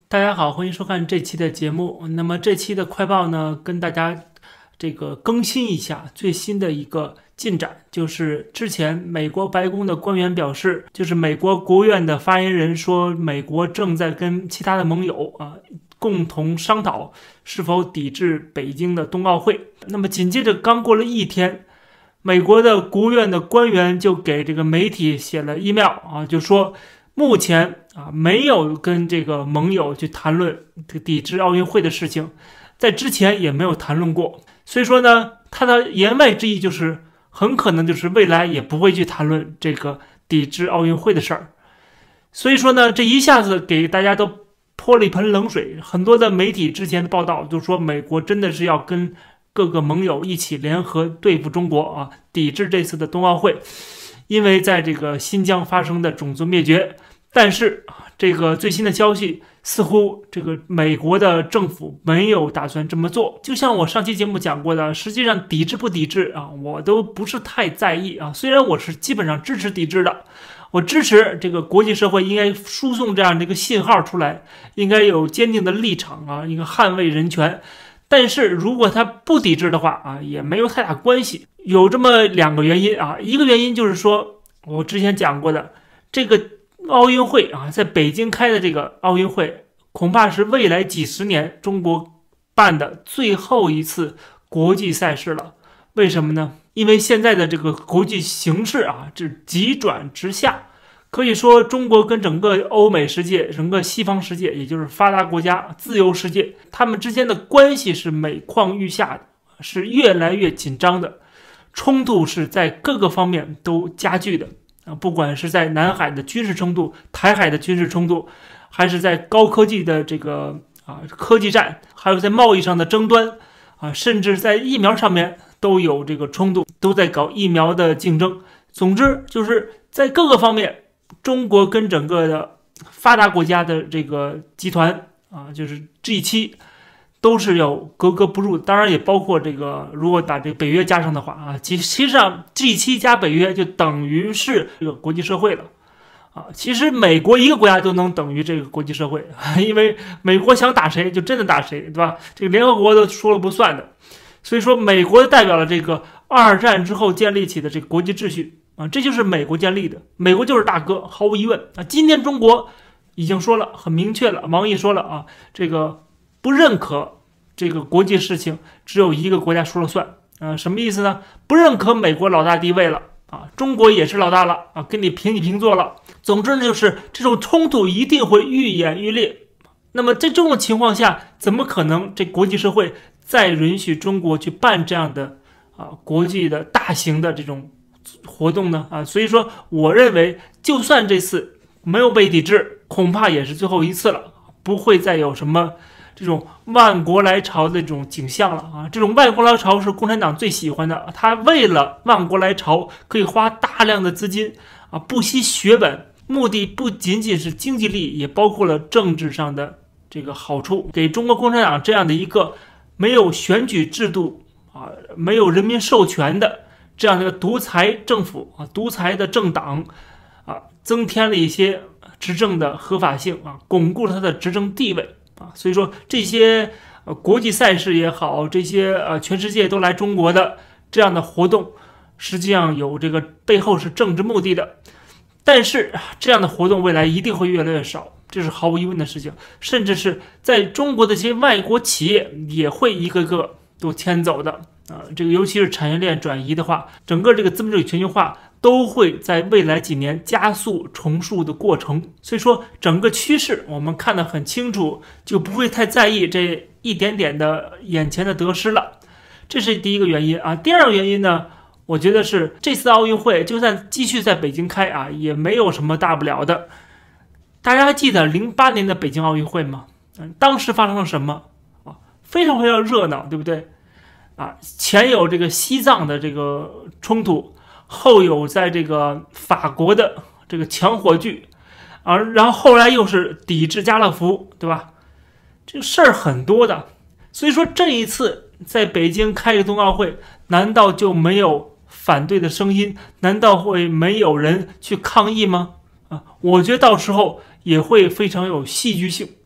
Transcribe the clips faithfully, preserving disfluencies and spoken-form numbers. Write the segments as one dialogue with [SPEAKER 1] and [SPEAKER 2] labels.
[SPEAKER 1] 大家好，欢迎收看这期的节目。那么这期的快报呢，跟大家这个更新一下最新的一个进展，就是之前美国白宫的官员表示，就是美国国务院的发言人说，美国正在跟其他的盟友啊共同商讨是否抵制北京的冬奥会。那么紧接着刚过了一天，美国的国务院的官员就给这个媒体写了 email 啊，就说目前啊没有跟这个盟友去谈论这个抵制奥运会的事情，在之前也没有谈论过。所以说呢，他的言外之意就是很可能就是未来也不会去谈论这个抵制奥运会的事儿。所以说呢，这一下子给大家都泼了一盆冷水。很多的媒体之前的报道就说美国真的是要跟各个盟友一起联合对付中国啊，抵制这次的冬奥会，因为在这个新疆发生的种族灭绝。但是这个最新的消息似乎这个美国的政府没有打算这么做。就像我上期节目讲过的，实际上抵制不抵制啊，我都不是太在意啊。虽然我是基本上支持抵制的，我支持这个国际社会应该输送这样的一个信号出来，应该有坚定的立场啊，一个捍卫人权。但是如果他不抵制的话啊，也没有太大关系。有这么两个原因啊，一个原因就是说我之前讲过的，这个奥运会啊，在北京开的这个奥运会，恐怕是未来几十年中国办的最后一次国际赛事了。为什么呢？因为现在的这个国际形势啊，是急转直下。可以说中国跟整个欧美世界，整个西方世界，也就是发达国家、自由世界，他们之间的关系是每况愈下的，是越来越紧张的，冲突是在各个方面都加剧的。不管是在南海的军事冲突、台海的军事冲突，还是在高科技的这个啊科技战，还有在贸易上的争端啊，甚至在疫苗上面都有这个冲突，都在搞疫苗的竞争。总之就是在各个方面，中国跟整个的发达国家的这个集团啊，就是 G 七。都是有格格不入，当然也包括这个，如果把这个北约加上的话啊，其其实上 G 七 加北约就等于是这个国际社会了啊。其实美国一个国家都能等于这个国际社会，因为美国想打谁就真的打谁，对吧？这个联合国都说了不算的。所以说，美国代表了这个二战之后建立起的这个国际秩序啊，这就是美国建立的，美国就是大哥，毫无疑问啊。今天中国已经说了，很明确了，王毅说了啊，这个。不认可这个国际事情只有一个国家说了算啊、呃，什么意思呢？不认可美国老大地位了啊，中国也是老大了啊，跟你平起平坐了。总之呢，就是这种冲突一定会愈演愈烈。那么在这种情况下，怎么可能这国际社会再允许中国去办这样的啊国际的大型的这种活动呢？啊，所以说我认为，就算这次没有被抵制，恐怕也是最后一次了，不会再有什么这种万国来朝的这种景象了啊！这种万国来朝是共产党最喜欢的，他为了万国来朝，可以花大量的资金啊，不惜血本，目的不仅仅是经济利益，也包括了政治上的这个好处。给中国共产党这样的一个没有选举制度啊，没有人民授权的这样的一个独裁政府啊，独裁的政党啊，增添了一些执政的合法性啊，巩固了他的执政地位。啊，所以说这些呃国际赛事也好，这些呃全世界都来中国的这样的活动，实际上有这个背后是政治目的的。但是这样的活动未来一定会越来越少，这是毫无疑问的事情。甚至是在中国的这些外国企业也会一个个都迁走的啊。这个尤其是产业链转移的话，整个这个资本主义全球化都会在未来几年加速重塑的过程。所以说整个趋势我们看得很清楚，就不会太在意这一点点的眼前的得失了。这是第一个原因啊。第二个原因呢，我觉得是这次奥运会就算继续在北京开啊，也没有什么大不了的。大家还记得零八年的北京奥运会吗？嗯，当时发生了什么啊？非常非常热闹，对不对啊？前有这个西藏的这个冲突，后有在这个法国的这个抢火炬啊，然后后来又是抵制家乐福，对吧？这个事儿很多的。所以说这一次在北京开个冬奥会，难道就没有反对的声音？难道会没有人去抗议吗？啊，我觉得到时候也会非常有戏剧性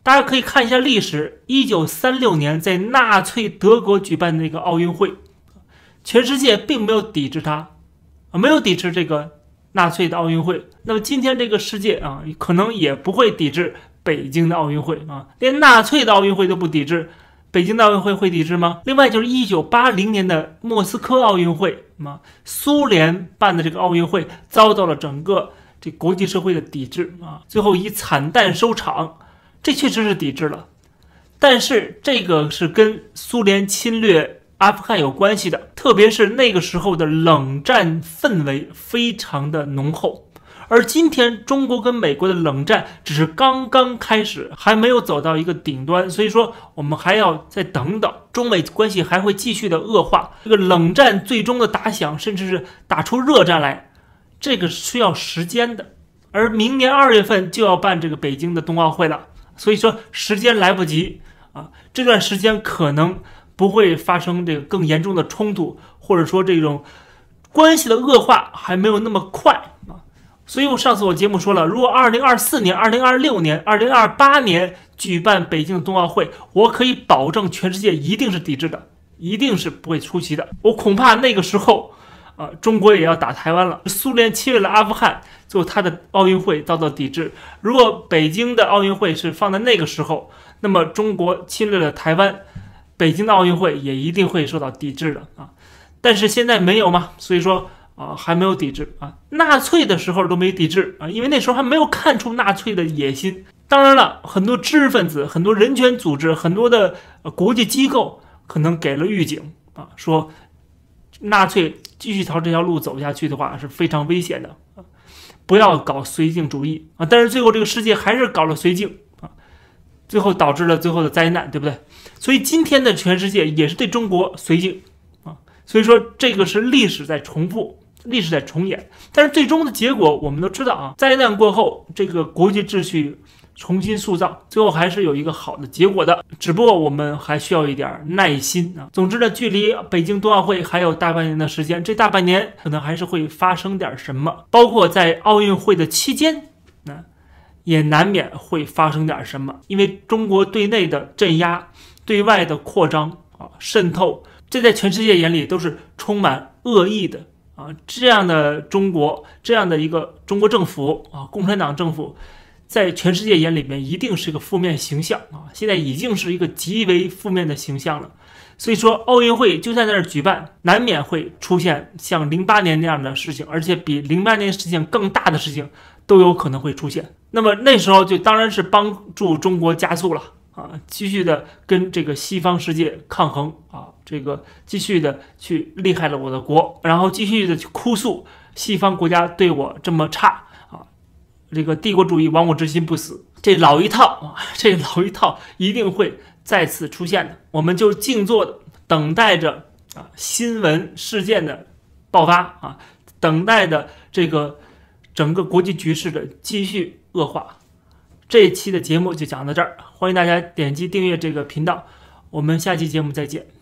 [SPEAKER 1] 大家可以看一下历史，一九三六年在纳粹德国举办的那个奥运会，全世界并没有抵制它，没有抵制这个纳粹的奥运会。那么今天这个世界啊，可能也不会抵制北京的奥运会啊，连纳粹的奥运会都不抵制，北京的奥运会会抵制吗？另外就是一九八零年的莫斯科奥运会啊，苏联办的这个奥运会遭到了整个这国际社会的抵制啊，最后以惨淡收场，这确实是抵制了。但是这个是跟苏联侵略阿富汗有关系的，特别是那个时候的冷战氛围非常的浓厚，而今天中国跟美国的冷战只是刚刚开始，还没有走到一个顶端，所以说我们还要再等等，中美关系还会继续的恶化，这个冷战最终的打响，甚至是打出热战来，这个是需要时间的。而明年二月份就要办这个北京的冬奥会了，所以说时间来不及啊，这段时间可能不会发生这个更严重的冲突，或者说这种关系的恶化还没有那么快啊。所以我上次我节目说了，如果二零二四年、二零二六年、二零二八年举办北京冬奥会，我可以保证全世界一定是抵制的，一定是不会出席的。我恐怕那个时候啊，中国也要打台湾了。苏联侵略了阿富汗，最后他的奥运会遭到抵制。如果北京的奥运会是放在那个时候，那么中国侵略了台湾，北京的奥运会也一定会受到抵制的啊。但是现在没有嘛，所以说啊还没有抵制啊。纳粹的时候都没抵制啊，因为那时候还没有看出纳粹的野心。当然了，很多知识分子、很多人权组织、很多的、呃、国际机构可能给了预警啊，说纳粹继续朝这条路走下去的话是非常危险的啊，不要搞绥靖主义啊。但是最后这个世界还是搞了绥靖啊，最后导致了最后的灾难，对不对？所以今天的全世界也是对中国绥靖啊，所以说这个是历史在重复，历史在重演。但是最终的结果我们都知道啊，灾难过后，这个国际秩序重新塑造，最后还是有一个好的结果的，只不过我们还需要一点耐心啊。总之呢，距离北京冬奥会还有大半年的时间，这大半年可能还是会发生点什么，包括在奥运会的期间，那、啊、也难免会发生点什么，因为中国对内的镇压、对外的扩张啊、渗透，这在全世界眼里都是充满恶意的啊。这样的中国，这样的一个中国政府啊，共产党政府，在全世界眼里面一定是个负面形象啊，现在已经是一个极为负面的形象了。所以说奥运会就在那儿举办，难免会出现像零八年那样的事情，而且比零八年事情更大的事情都有可能会出现。那么那时候就当然是帮助中国加速了啊，继续的跟这个西方世界抗衡啊，这个继续的去厉害了我的国，然后继续的去哭诉西方国家对我这么差啊，这个帝国主义亡我之心不死，这老一套啊，这老一套一定会再次出现的。我们就静坐的等待着啊新闻事件的爆发啊，等待的这个整个国际局势的继续恶化。这一期的节目就讲到这儿，欢迎大家点击订阅这个频道，我们下期节目再见。